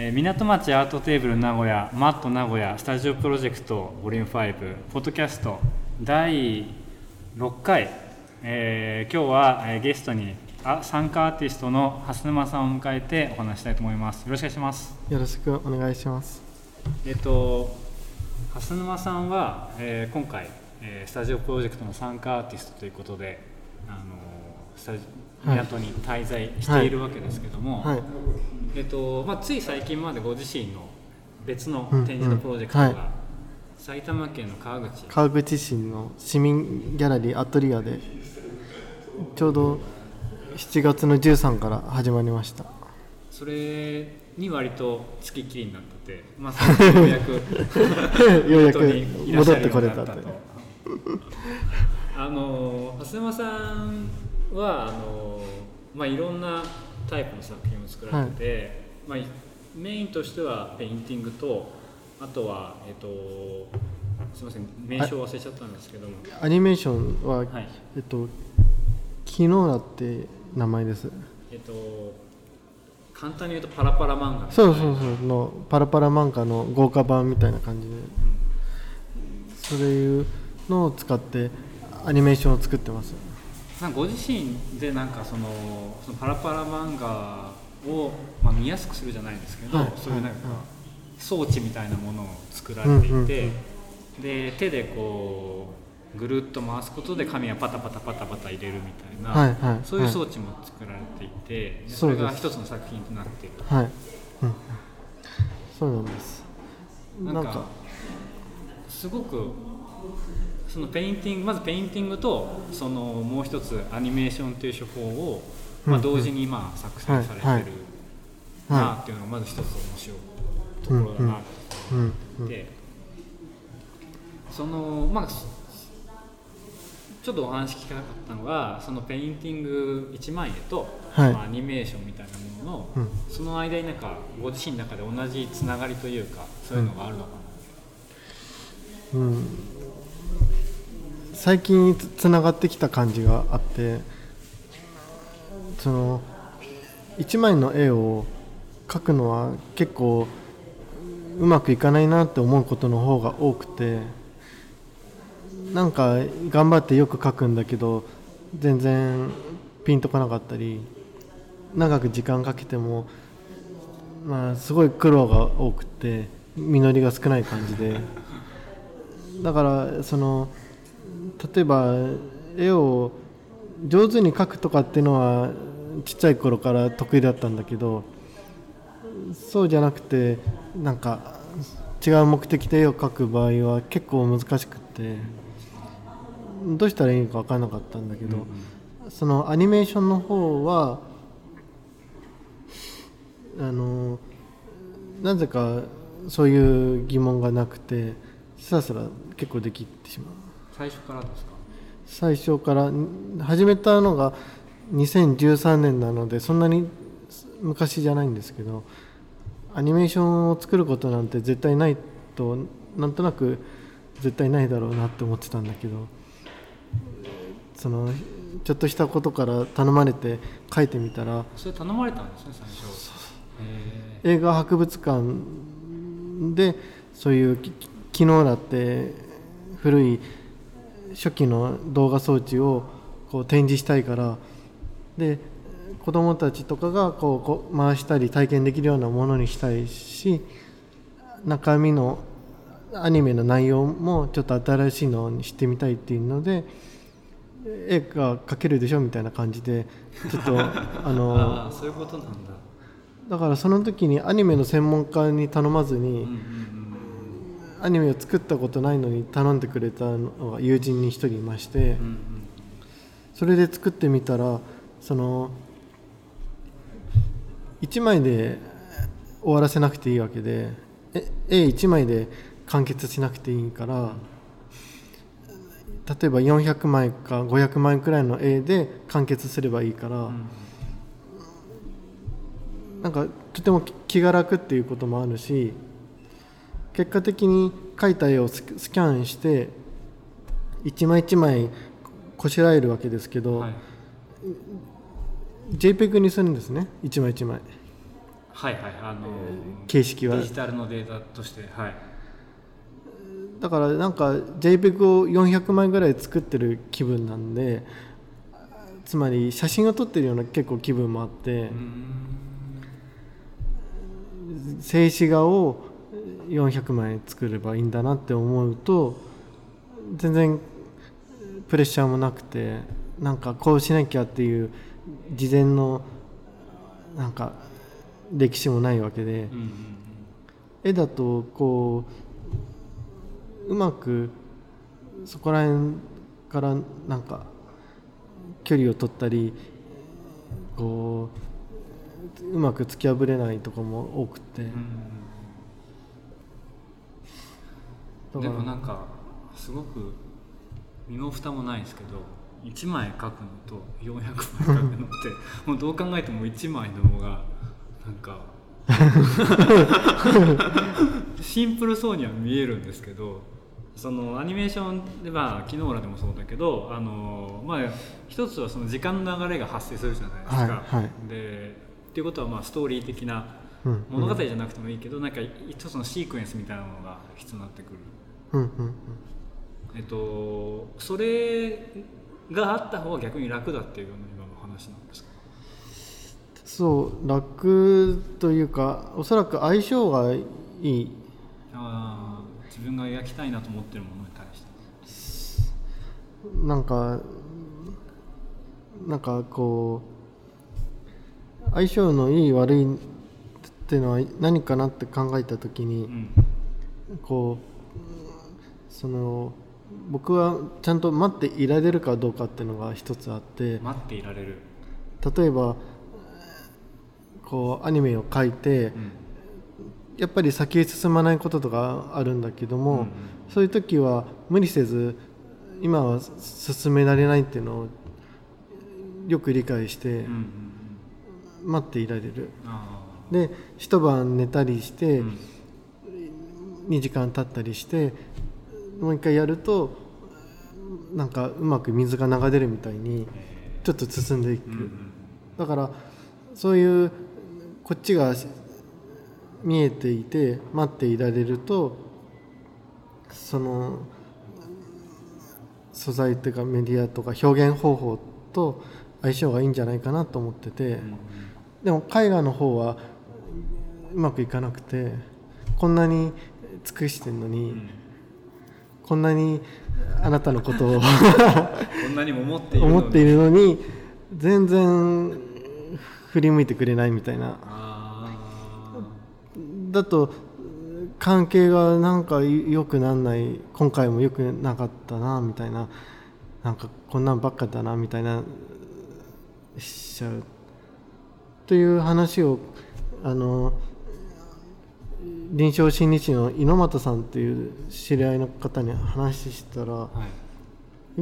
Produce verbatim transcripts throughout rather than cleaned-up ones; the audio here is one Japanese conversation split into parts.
えー、港町アートテーブル名古屋マット名古屋スタジオプロジェクトボリュームファイブポッドキャストだいろっかい、えー、今日は、えー、ゲストにあ参加アーティストの蓮沼さんを迎えてお話したいと思います。よろしくお願いします。 よろしくお願いします。 えっと蓮沼さんは、えー、今回、えー、スタジオプロジェクトの参加アーティストということで、あのスタジ港に滞在しているわけですけども、はいはい、えっとまあ、つい最近までご自身の別の展示のプロジェクトが、うんうんはい、埼玉県の川口川口市の市民ギャラリーアトリアでちょうどしちがつのじゅうさんから始まりました。 それに割と付きっきりになってて、まあ、ようやくようやく戻ってこれたとあの蓮沼さんはあの、まあ、いろんなタイプの作品を作られてて、はい、まあ、メインとしてはペインティングとあとは、えっと、すみません名称忘れちゃったんですけどもアニメーションは、はい、えっとキノーラって名前です。 えっと簡単に言うとパラパラ漫画、 そうそうそうのパラパラ漫画の豪華版みたいな感じで、うん、そういうのを使ってアニメーションを作ってます。 なんかご自身でなんかその、そのパラパラ漫画を、まあ、見やすくするじゃないんですけど、はい、そういうなんか装置みたいなものを作られていて、うんうんうん、で手でこうぐるっと回すことで紙がパタパタパタパタ入れるみたいな、はいはい、そういう装置も作られていて、はい、それが一つの作品となっている。 はい、うん、そうなんです。 なんかすごくそのペインティングまずペインティングとそのもう一つアニメーションという手法を、まあ、同時にまあ作成されてるなっていうのがまず一つ面白いところだなと思って、そのまあちょっとお話聞きたかったのがそのペインティングいちまい絵と、はい、まあ、アニメーションみたいなものの、うん、その間になんかご自身の中で同じつながりというかそういうのがあるのかな、 うんうん、最近つながってきた感じがあって、そのいちまいの絵を描くのは結構うまくいかないなって思うことの方が多くて、なんか頑張ってよく描くんだけど全然ピンとこなかったり、長く時間かけてもまあすごい苦労が多くて実りが少ない感じで、だからその例えば絵を上手に描くとかっていうのはちっちゃい頃から得意だったんだけど、そうじゃなくてなんか違う目的で絵を描く場合は結構難しくてどうしたらいいのか分からなかったんだけど、うん、そのアニメーションの方はあのなぜかそういう疑問がなくてスラスラ結構できてしまう。 最初からですか？ 最初から始めたのがにせんじゅうさんねんなのでそんなに昔じゃないんですけど、アニメーションを作ることなんて絶対ないとなんとなく絶対ないだろうなって思ってたんだけど、そのちょっとしたことから頼まれて書いてみたら、 それ頼まれたんですね最初。 映画博物館でそういうキノーラって古い初期の動画装置をこう展示したいから、で子どもたちとかがこうこう回したり体験できるようなものにしたいし、中身のアニメの内容もちょっと新しいのにしてみたいっていうので、絵が描けるでしょみたいな感じでちょっとあのあそういうことなんだ。 だからその時にアニメの専門家に頼まずに、うんうんうん、アニメを作ったことないのに頼んでくれたのが友人に一人いまして、うんうん、それで作ってみたらそのいちまいで終わらせなくていいわけで、絵いちまいで完結しなくていいから、例えばよんひゃくまいかごひゃくまいくらいの絵で完結すればいいから、うん、なんかとても気が楽っていうこともあるし、結果的に描いた絵をスキャンして一枚一枚こしらえるわけですけど、はい、ジェイペグ にするんですね、一枚一枚。 はいはいあのー、 形式はデジタルのデータとして、はい、 だからなんか JPEG をよんひゃくまいぐらい作ってる気分なんで、つまり写真を撮ってるような結構気分もあって、うーん静止画をよんひゃくまい作ればいいんだなって思うと全然プレッシャーもなくて、なんかこうしなきゃっていう事前のなんか歴史もないわけで、うんうんうん、絵だとこううまくそこら辺からなんか距離を取ったりこううまく突き破れないところも多くて、 うん、でもなんかすごく身も蓋もないですけどいちまい描くのとよんひゃくまい描くのってもうどう考えてもいちまいの方がなんかシンプルそうには見えるんですけど、そのアニメーションでまあキノーラでもそうだけど、あのまあ一つはその時間の流れが発生するじゃないですか、 はいはい、 でっていうことはまあストーリー的な物語じゃなくてもいいけど、うんうん、なんか一つのシークエンスみたいなものが必要になってくる、 うんうんうん、 えっとそれがあった方が逆に楽だっていうような今の話なんですか？ そう楽というかおそらく相性がいい。 あ自分が描きたいなと思ってるものに対してなんかなんかこう相性のいい悪いっていうのは何かなって考えたときに、うん、こうその僕はちゃんと待っていられるかどうかっていうのが一つあって、 待っていられる、 例えばこうアニメを描いて、うん、やっぱり先へ進まないこととかあるんだけども、うんうん、そういう時は無理せず今は進められないっていうのをよく理解して待っていられる、うんうん、で一晩寝たりして、うん、にじかん経ったりしてもう一回やるとなんかうまく水が流れるみたいにちょっと進んでいく、うんうん、だからそういうこっちが見えていて待っていられるとその素材というかメディアとか表現方法と相性がいいんじゃないかなと思ってて、うん、でも絵画の方はうまくいかなくてこんなに尽くしてるのに、うん、こんなにあなたのことをこんなにも思っているのに、 思っているのに全然振り向いてくれないみたいな、だと関係がなんか良くなんない、今回も良くなかったなみたいな、なんかこんなんばっかだなみたいなしちゃうという話をあの臨床心理士の猪俣さんっていう知り合いの方に話したら、はい、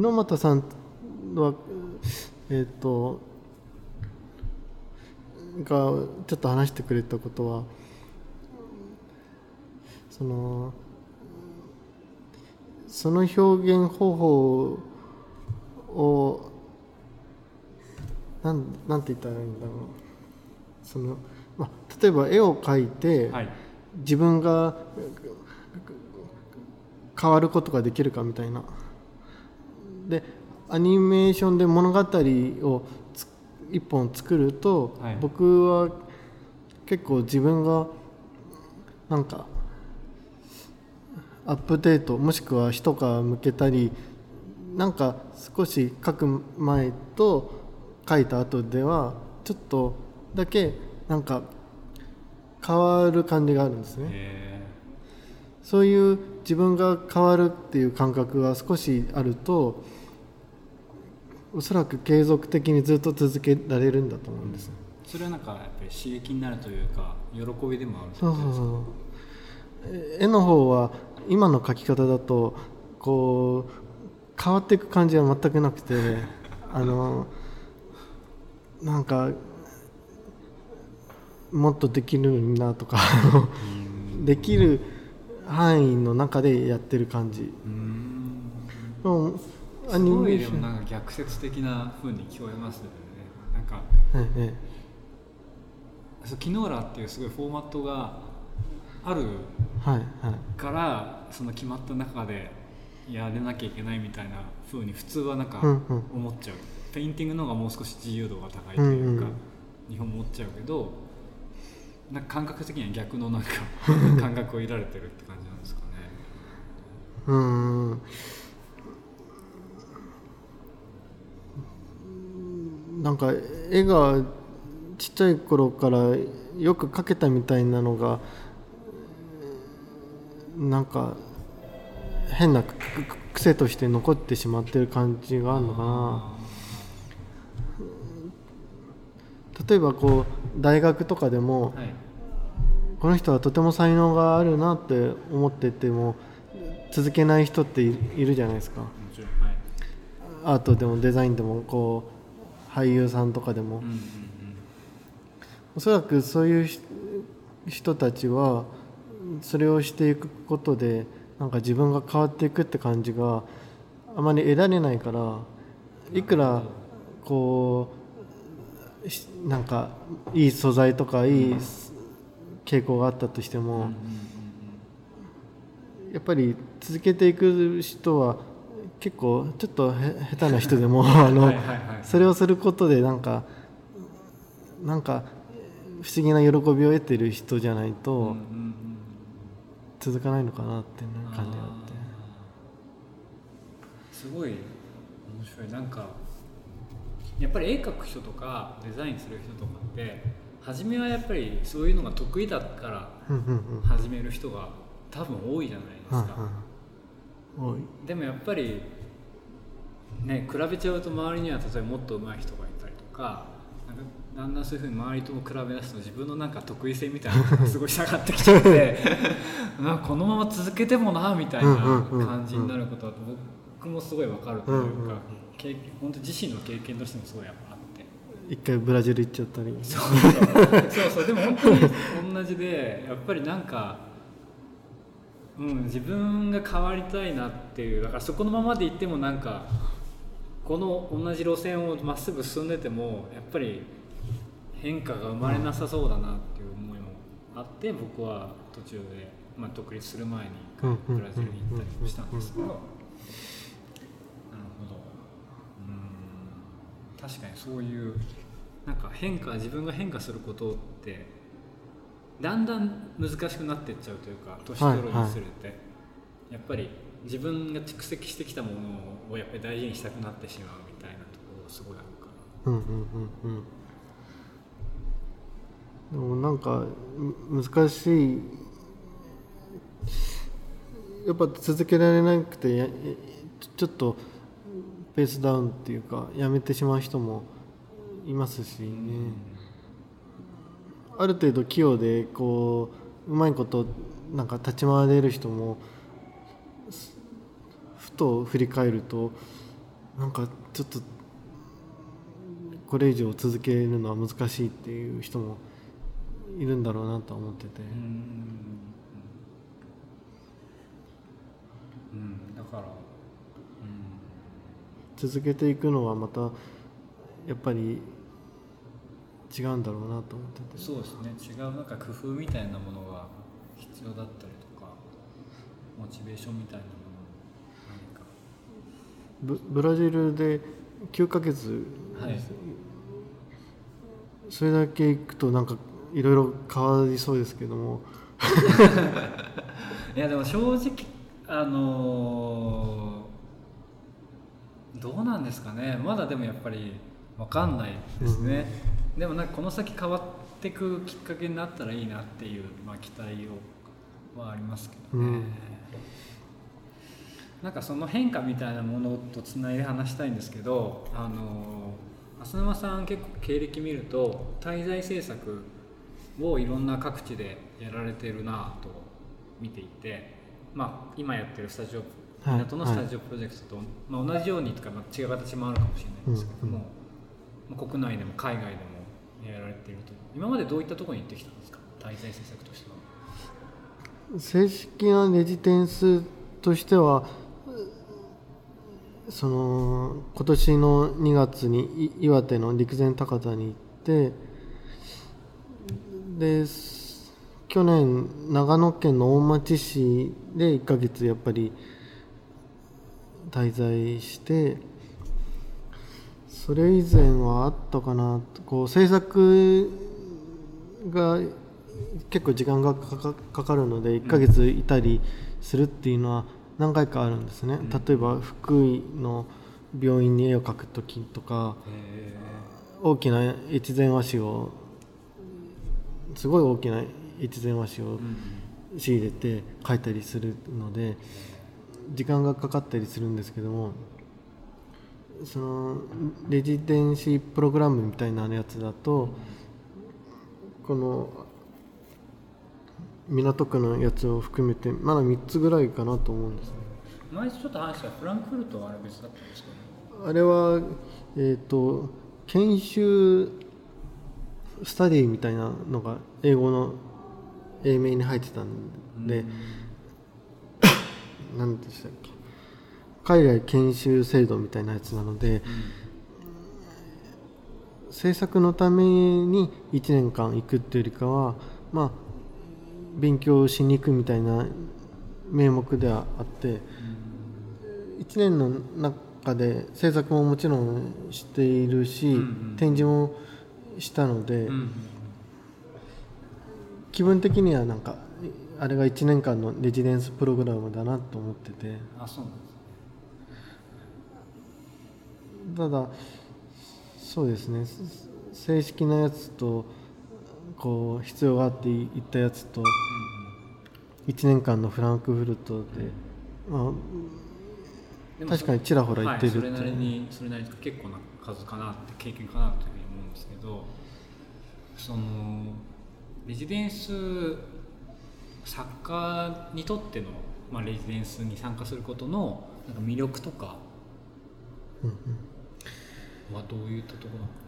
猪俣さんはえっとがちょっと話してくれたことは、そのその表現方法をなんなんて言ったらいいんだろう、その、まあ、例えば絵を描いて、はい、自分が変わることができるかみたいな。でアニメーションで物語を一本作ると、はい、僕は結構自分がなんかアップデートもしくは一皮向けたり、なんか少し書く前と書いた後ではちょっとだけなんか変わる感じがあるんですね。へー。そういう自分が変わるっていう感覚が少しあるとおそらく継続的にずっと続けられるんだと思うんです、 うん、それはなんかやっぱり刺激になるというか喜びでもあるということですか？そうそうそう。 絵の方は今の描き方だとこう変わっていく感じは全くなくてあのなんかもっとできるなとかできる範囲の中でやってる感じ。うーん、でもすごいでもなんか逆説的な風に聞こえますよね。なんか、ええ、 キノーラっていうすごいフォーマットがあるから、はいはい、その決まった中でやれなきゃいけないみたいな風に普通はなんか思っちゃう、うんうん、ペインティングの方がもう少し自由度が高いというか、うんうん、日本も思っちゃうけど、なんか感覚的には逆のなんか感覚を得られてるって感じなんですかね。 うーん、なんか絵がちっちゃい頃からよく描けたみたいなのがなんか変な癖として残ってしまってる感じがあるのかな。例えばこう大学とかでも、はい、この人はとても才能があるなって思ってても続けない人っているじゃないですか。もちろん、はい、アートでもデザインでもこう俳優さんとかでも、うんうんうん、おそらくそういう人たちはそれをしていくことでなんか自分が変わっていくって感じがあまり得られないから、いくらこうなんかいい素材とかいい傾向があったとしても、やっぱり続けていく人は結構ちょっと下手な人でもあのそれをすることでなんかなんか不思議な喜びを得てる人じゃないと続かないのかなっていう感じがあって、 すごい面白い。なんかやっぱり絵描く人とかデザインする人とかって初めはやっぱりそういうのが得意だから始める人が多分多いじゃないですか。多い。でもやっぱりね、比べちゃうと周りには例えばもっと上手い人がいたりとか、なんかだんだんそういうふうに周りとも比べ出すと自分のなんか得意性みたいなのがすごい下がってきちゃってなんかこのまま続けてもなみたいな感じになることは僕もすごい分かるというか、経験、本当自身の経験としてもすごいやっぱあって、 一回ブラジル行っちゃったりそうそうそうでも本当に同じで、やっぱりなんか、うん、自分が変わりたいなっていう、だからそこのままでいってもなんかこの同じ路線をまっすぐ進んでてもやっぱり変化が生まれなさそうだなっていう思いもあって、僕は途中で、まあ、独立する前にブラジルに行ったりもしたんですけど、なるほど、うん、確かにそういうなんか変化、自分が変化することってだんだん難しくなっていっちゃうというか、年取るにつれて、はいはい、やっぱり自分が蓄積してきたものをやっぱり大事にしたくなってしまうみたいなところがすごいあるから、 うんうんうんうん、でもなんか難しい、やっぱ続けられなくてやちょっとペースダウンっていうかやめてしまう人もいますしね、うん、ある程度器用でこううまいことなんか立ち回れる人もふと振り返るとなんかちょっとこれ以上続けるのは難しいっていう人もいるんだろうなと思ってて、うんうん、だから、うん、 続けていくのはまたやっぱり違うんだろうなと思ってて、 そうですね、違うなんか工夫みたいなものが必要だったりとかモチベーションみたいなもの何かブ, ブラジルできゅうかげつ、はい、それだけ行くとなんかいろいろ変わりそうですけどもいやでも正直あのー、どうなんですかね、まだでもやっぱり分かんないですね、うん、でもなんかこの先変わっていくきっかけになったらいいなっていう、まあ、期待をはありますけどね、うん、なんかその変化みたいなものとつないで話したいんですけど、あの浅沼さん結構経歴見ると滞在制作をいろんな各地でやられてるなと見ていて、まあ、今やってるスタジオ港のスタジオプロジェクトと、はい、まあ、同じようにとか、まあ、違う形もあるかもしれないんですけども、うんうん、国内でも海外でもやられていると。今までどういったところに行ってきたんですか、滞在制作としては。 正式なレジテンスとしてはその今年のにがつに岩手の陸前高田に行って、 で去年長野県の大町市でいっかげつやっぱり滞在して、それ以前はあったかな、こう制作が結構時間がか か, かかるのでいっかげついたりするっていうのは何回かあるんですね、うん、例えば福井の病院に絵を描く時とか、大きな越前和紙をすごい大きな越前和紙を仕入れて描いたりするので時間がかかったりするんですけども、そのレジデンシープログラムみたいなやつだとこの港区のやつを含めてまだみっつぐらいかなと思うんですね。 前ちょっと話したフランクフルトはあれ別だったんですかね。あれは、えーと、研修スタディみたいなのが英語の英名に入ってたんで、何でしたっけ、海外研修制度みたいなやつなので、うん、制作のためにいちねんかん行くっていうよりかは、まあ勉強しに行くみたいな名目ではあって、うん、いちねんの中で制作ももちろんしているし、うんうん、展示もしたので、うん、気分的にはなんかあれがいちねんかんのレジデンスプログラムだなと思ってて。 あ、そうなんです。 ただそうですね、正式なやつとこう必要があって行ったやつといちねんかんのフランクフルトで、まあ、確かにちらほら行ってるって、はい、 それなりにそれなりに結構な数かなって経験かなというふうに思うんですけど、そのレジデンス作家にとっての、まあ、レジデンスに参加することのなんか魅力とかはどういったところなのか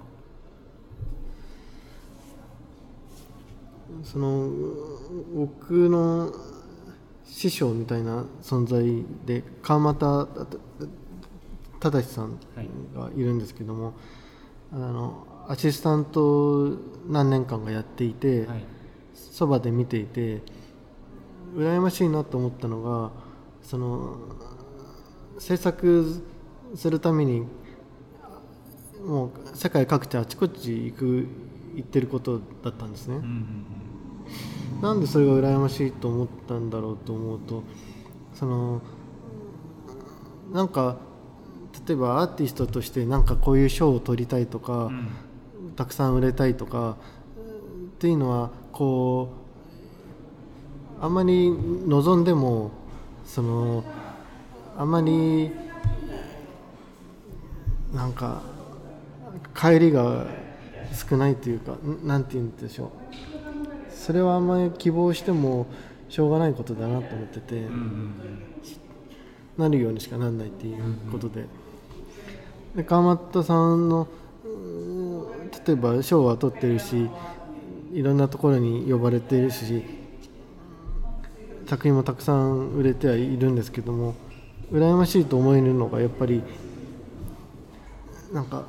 な。その僕の師匠みたいな存在で川又忠さんがいるんですけども、はい、あのアシスタント何年間かやっていて、はい、そばで見ていて羨ましいなと思ったのが、その制作するためにもう世界各地あちこち行く行ってることだったんですね、うんうんうん、なんでそれが羨ましいと思ったんだろうと思うと、そのなんか例えばアーティストとしてなんかこういう賞を取りたいとか、うん、たくさん売れたいとかっていうのはこうあんまり望んでもそのあんまりなんか帰りが少ないというか、なんて言うんでしょう、それはあんまり希望してもしょうがないことだなと思ってて、うんうんうん、なるようにしかならないっていうことで、うんうん、で川又さんの例えば賞は取ってるしいろんなところに呼ばれているし作品もたくさん売れてはいるんですけども、羨ましいと思えるのがやっぱりなんか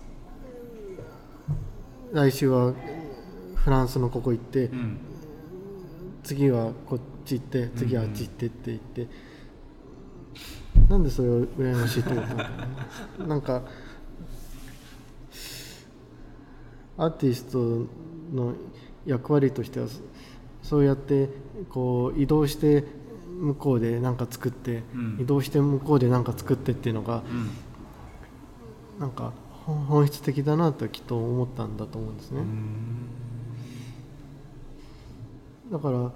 来週はフランスのここ行って、うん、次はこっち行って次はあっち行ってって言って、うんうん、なんでそれを羨ましいと思ったのかななんかアーティストの役割としてはそうやってこう移動して向こうで何か作って、うん、移動して向こうで何か作ってっていうのが、うん、なんか本質的だなときっと思ったんだと思うんですね。だから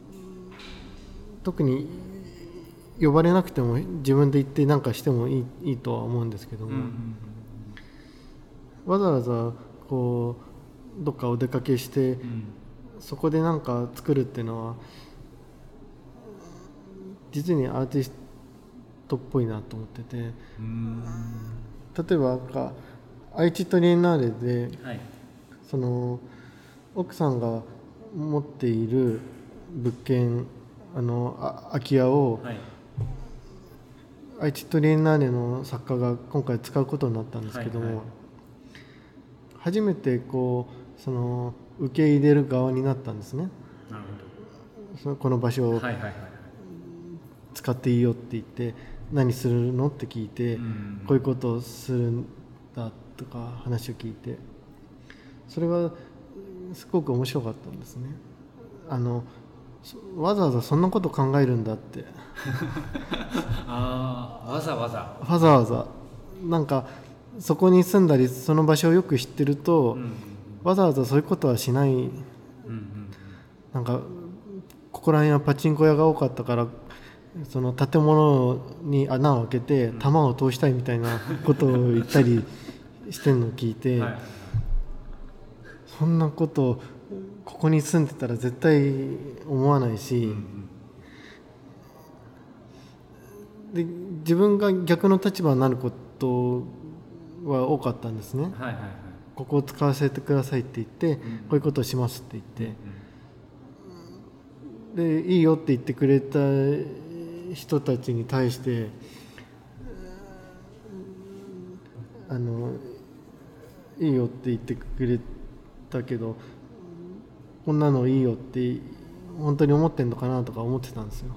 特に呼ばれなくても自分で行って何かしてもいい、いいとは思うんですけども、うんうんうん、わざわざこうどっかお出かけして、うん、そこで何か作るっていうのは実にアーティストっぽいなと思ってて、うん、例えばなんか愛知トリエンナーレで、はい、その奥さんが持っている物件あのあ空き家を、はい、愛知トリエンナーレの作家が今回使うことになったんですけども、はいはい、初めてこうその受け入れる側になったんですね。 なるそのこの場所をほど。はいはいはい。 使っていいよって言って何するのって聞いて、 うん、 こういうことをするんだとか話を聞いて、それがすごく面白かったんですね。あのわざわざそんなこと考えるんだってああ、わざわざわざわざなんかそこに住んだりその場所をよく知ってると、 うんうんうん、 わざわざそういうことはしない、うんうん、なんかここら辺はパチンコ屋が多かったからその建物に穴を開けて弾を通したいみたいなことを言ったりしてるのを聞いて、はい、そんなことここに住んでたら絶対思わないし、うんうん、で自分が逆の立場になることは多かったんですね、はいはいはい、ここを使わせてくださいって言って、うん、こういうことをしますって言って、うんうん、でいいよって言ってくれた人たちに対してあのいいよって言ってくれたけどこんなのいいよって本当に思ってんのかなとか思ってたんですよ。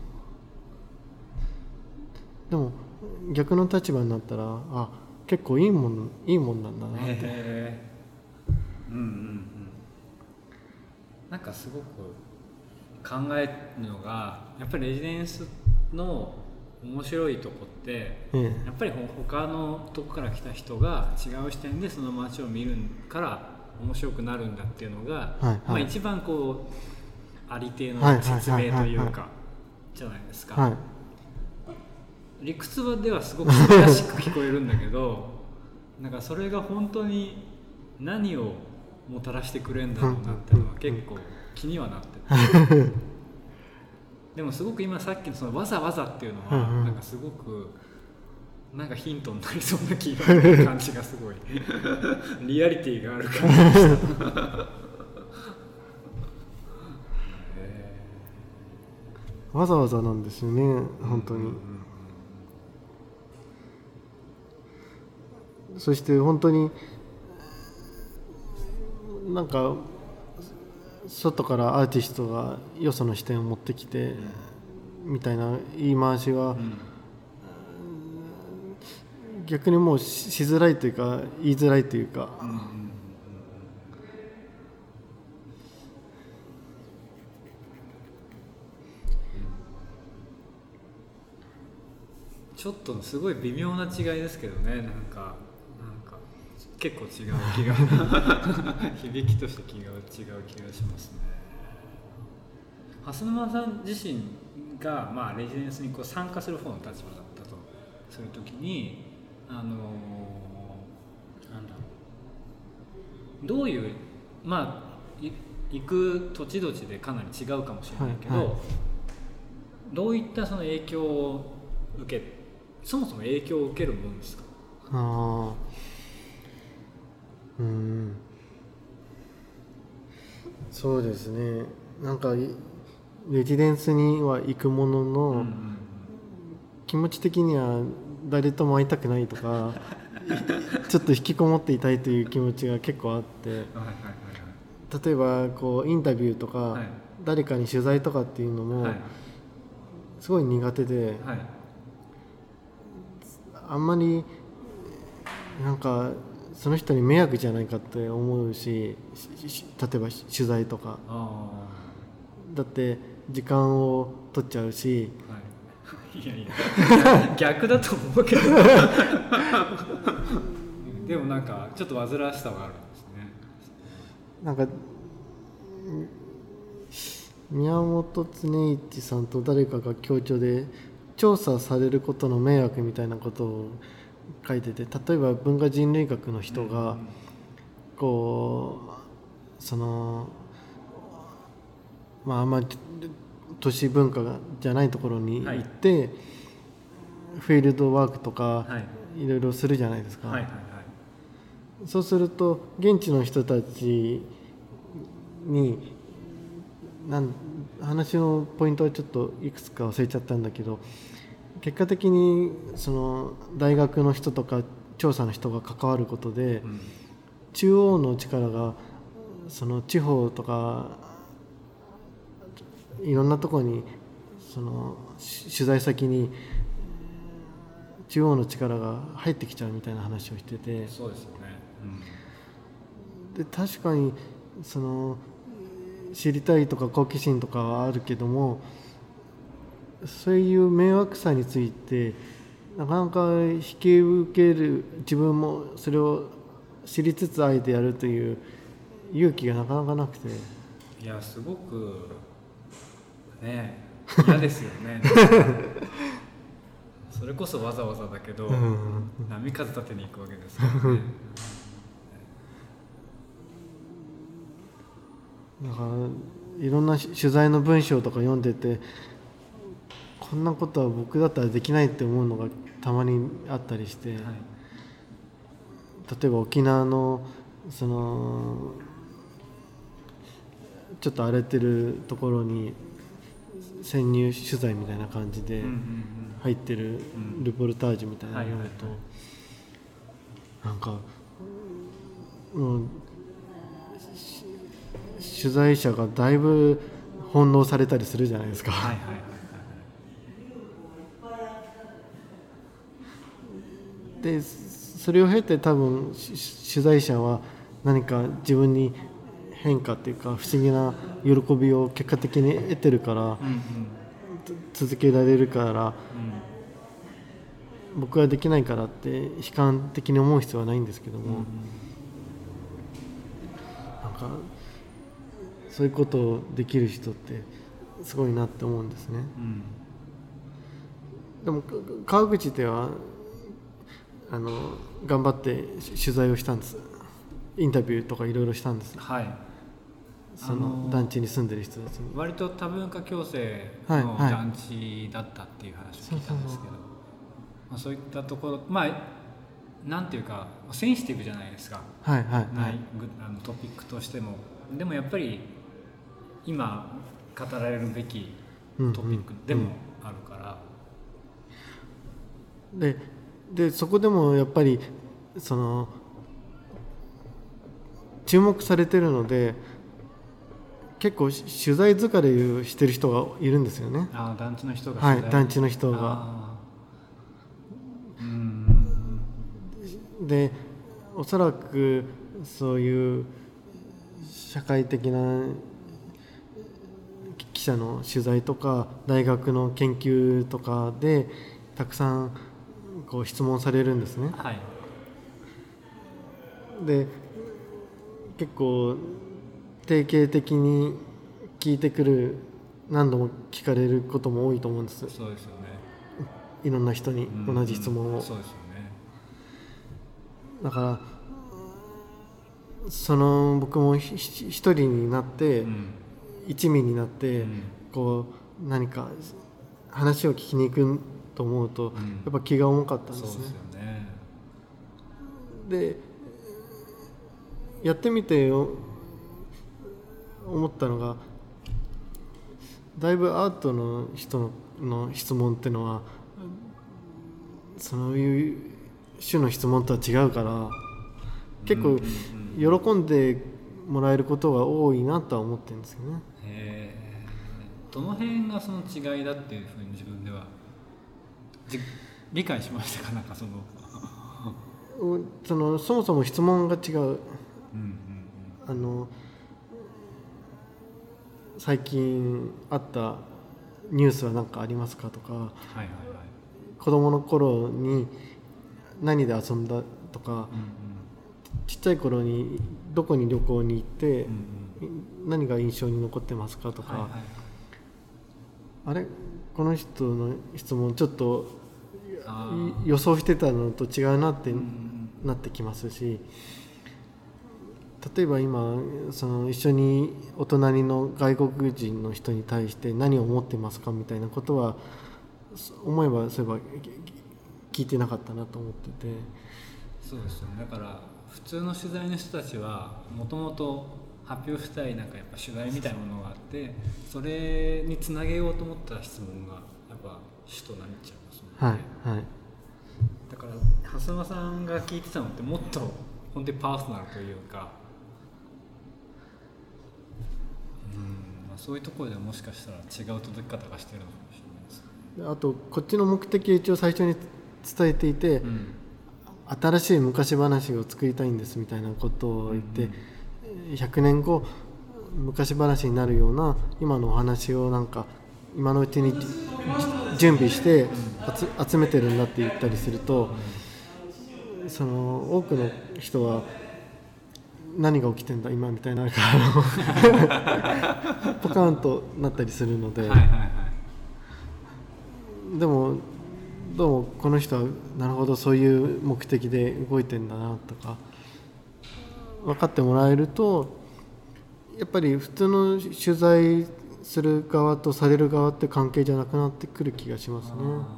でも逆の立場になったらあ結構いいもんいいもんなんだなって、えー、うんうんうん、 なんかすごく考えるのがやっぱりレジデンスの面白いとこって、ええ、やっぱり他のとこから来た人が違う視点でその街を見るから面白くなるんだっていうのが、はいはい、まあ、一番こうありていの説明というかじゃないですか、はい、理屈ではすごく素晴らしく聞こえるんだけどなんかそれが本当に何をもたらしてくれるんだろうなっていうのは結構気にはなっててでもすごく今さっきのそのわざわざっていうのはなんかすごくなんかヒントになりそうな気がする感じがすごいリアリティがある感じでしたわざわざなんですよね本当に、うんうんうん、そして本当になんか外からアーティストがよその視点を持ってきてみたいな言い回しは、うん、逆にもう し, しづらいというか言いづらいというか、うんうんうん、 ちょっとすごい微妙な違いですけどねなんか結構違う気が響きとして気が違う気がしますね。蓮沼さん自身が、まあ、レジデンスにこう参加する方の立場だったとするときにあのなんだろうどういうまあ行く土地土地でかなり違うかもしれないけど、はいはい、どういったその影響を受けそもそも影響を受けるものですか？ あうんそうですねなんかレジデンスには行くものの、うんうん、気持ち的には誰とも会いたくないとかちょっと引きこもっていたいという気持ちが結構あってはいはいはい、はい、例えばこうインタビューとか、はい、誰かに取材とかっていうのも、はい、すごい苦手で、はい、あんまりなんかその人に迷惑じゃないかって思うし、例えば取材とかだって時間を取っちゃうし、 はい、いやいや逆だと思うけどでもなんかちょっと煩わしさがあるんですね。 なんか宮本恒一さんと誰かが協調で調査されることの迷惑みたいなことを書いてて、例えば文化人類学の人がこうそのまああんまり都市文化じゃないところに行って、はい、フィールドワークとかいろいろするじゃないですか、はいはいはい、そうすると現地の人たちになん話のポイントはちょっといくつか忘れちゃったんだけど、結果的にその大学の人とか調査の人が関わることで、うん、中央の力がその地方とかいろんなところにその取材先に中央の力が入ってきちゃうみたいな話をしてて、 そうですよね、 うん、で確かにその知りたいとか好奇心とかはあるけども、そういう迷惑さについてなかなか引き受ける、自分もそれを知りつつあえてやるという勇気がなかなかなくて、 いやすごくね嫌ですよねそれこそわざわざだけど、うん、波風立てに行くわけですからねだからいろんな取材の文章とか読んでて、こんなことは僕だったらできないって思うのがたまにあったりして、はい、例えば沖縄のそのちょっと荒れてるところに潜入取材みたいな感じで入ってるルポルタージュみたいなのを読むと、なんかもう取材者がだいぶ翻弄されたりするじゃないですか。はいはいはい、でそれを経て多分取材者は何か自分に変化っていうか不思議な喜びを結果的に得てるから、うんうん、続けられるから、うん、僕はできないからって悲観的に思う必要はないんですけども、うんうん、なんかそういうことをできる人ってすごいなって思うんですね、うん、でも川口ではあの頑張って取材をしたんです。インタビューとかいろいろしたんです、はい、その団地に住んでる人たちに。 割と多文化共生の団地だったっていう話を聞いたんですけど、まあ、そういったところ、まあなんていうかセンシティブじゃないですか、はいはいはい、ないあのトピックとしても。でもやっぱり今語られるべきトピックでもあるから、 うんうんうん、で, でそこでもやっぱりその注目されてるので結構取材疲れをしてる人がいるんですよね。 ああ、団地の人が取材、はい、団地の人が。うん、でおそらくそういう社会的な記者の取材とか大学の研究とかでたくさんこう質問されるんですね、はい、で結構定型的に聞いてくる、何度も聞かれることも多いと思うんです。 そうですよね、 いろんな人に同じ質問を、うんうん、 そうですよね。 だからその僕も一人になって、うん、一味になって、うん、こう何か話を聞きに行くと思うと、うん、やっぱ気が重かったんですね。そうですよね。でやってみて思ったのが、だいぶアートの人の質問っていうのはそういう種の質問とは違うから結構喜んでもらえることが多いなとは思ってるんですよね。 へー、どの辺がその違いだっていうふうに自分では理解しましたか？なんかそのそのそもそも質問が違う、うんうんうん、あの最近あったニュースは何かありますかとか、はいはいはい、子供の頃に何で遊んだとか、うんうん、ちっちゃい頃にどこに旅行に行って、うんうん、何が印象に残ってますかとか、はいはいはい、あれこの人の質問ちょっと予想してたのと違うなってなってきますし、例えば今その一緒にお隣の外国人の人に対して何を思ってますかみたいなことは思えばそういえば聞いてなかったなと思ってて。 そうですよね。だから普通の取材の人たちはもともと発表したいなんかやっぱ取材みたいなものがあって、それにつなげようと思った質問がやっぱ主となっちゃいますもんね。はいはい。だから蓮間さんが聞いてたのってもっと本当にパーソナルというか、 まあ、そういうところでもしかしたら違う届き方がしてるのかもしれないですね。 あとこっちの目的を一応最初に伝えていて、うん、新しい昔話を作りたいんですみたいなことを言って、うんうん、ひゃくねんご昔話になるような今のお話をなんか今のうちに準備して集めてるんだって言ったりすると、その多くの人は何が起きてんだ今みたいなポカーンとなったりするので、はいはいはい、でもどうもこの人はなるほどそういう目的で動いてんだなとか分かってもらえると、やっぱり普通の取材する側とされる側って関係じゃなくなってくる気がしますね。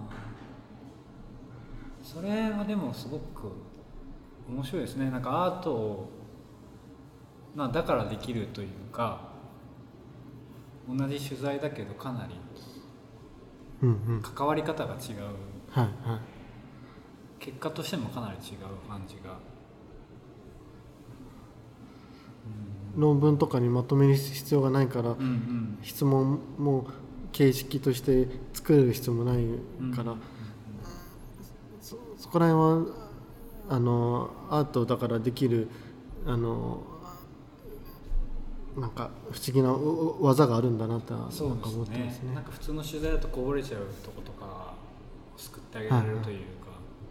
それはでもすごく面白いですね。なんかアートを、まあ、だからできるというか、同じ取材だけどかなり関わり方が違う、うんうんはいはい、結果としてもかなり違う感じが、 うん、論文とかにまとめる必要がないから、うんうん、質問も形式として作る必要もないから、うんうん、そ, そこら辺はあのアートだからできるあのなんか不思議な技があるんだなってなんか思ってますね。 なんか普通の取材だとこぼれちゃうとことかを救ってあげられるというか、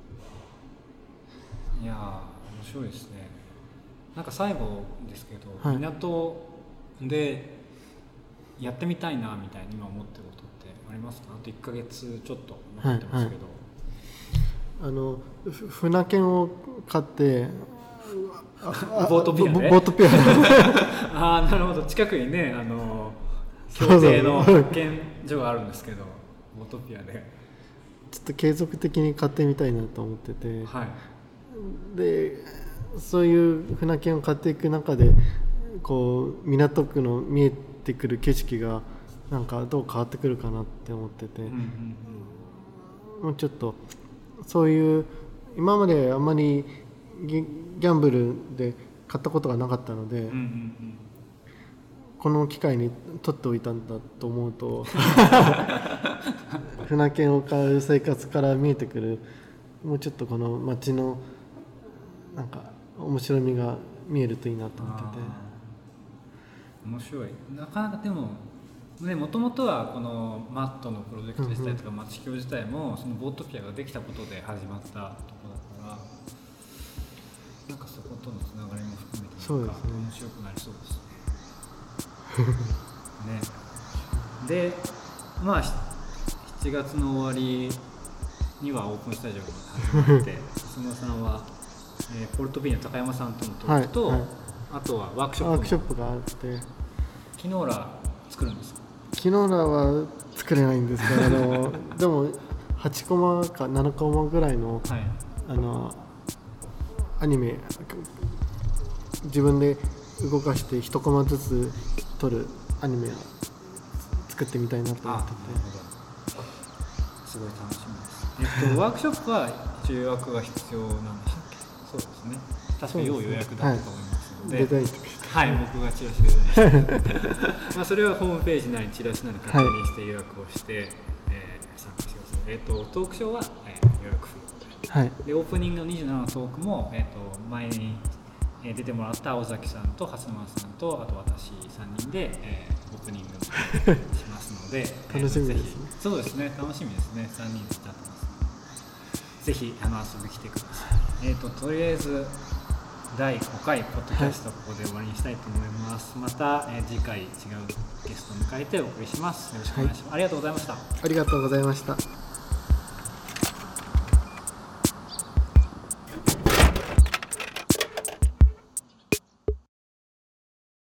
はい、いやー面白いですね。なんか最後ですけど、はい、港でやってみたいなみたいに今思ってることってありますか？あといっかげつちょっと残ってますけど、 はいはい、あの船券を買ってボートピアね。 ボートピアああなるほど。近くにねあの協定の保健所があるんですけど、ボートピアでちょっと継続的に買ってみたいなと思ってて、はい、でそういう船券を買っていく中でこう港区の見えてくる景色がなんかどう変わってくるかなって思ってて、うんうんうん、もうちょっとそういう今まであんまりギャンブルで買ったことがなかったので、うんうんうん、この機会に取っておいたんだと思うと船券を買う生活から見えてくるもうちょっとこの街のなんか面白みが見えるといいなと思ってて。 面白い。なかなかでもね、もともとはこのマットのプロジェクト自体とか街協自体もそのボートピアができたことで始まったところだから、なんかそことのつながりも含めてなんか面白くなりそうですね。ねで、まあしちがつの終わりにはオープンスタジオが始まってそのさんは、えー、ポルトビーの高山さんとのトークと、はいはい、あとはワークショップワークショップがあって、 キノーラ作るんですか？ キノーラは作れないんですけどでもはちコマかななコマぐらいの、はい、あのアニメ自分で動かしていちコマずつ撮るアニメを作ってみたいなと思ってて、 すごい楽しみです、えっと、ワークショップは一応予約が必要なんでしたっけ？そうですね。確か要予約だったと思いますので、はい、デザインとはい、僕がチラシデザインしてまあそれはホームページなりチラシなり確認して予約をして、はい、えー、参加してください。えっとトークショーは、えー、予約不要、はい、でオープニングのにじゅうななのトークも、えー、と前に出てもらった尾崎さんと蓮沼さんとあと私さんにんで、えー、オープニングしますので楽しみですね。 そうですね、楽しみですね。さんにんで歌ってますぜひあの遊びに来てください。えー、ととりあえずだいごかいポッドキャストここで終わりにしたいと思います、はい、また、えー、次回違うゲストを迎えてお送りします。よろしくお願いします、はい、ありがとうございました。 ありがとうございました。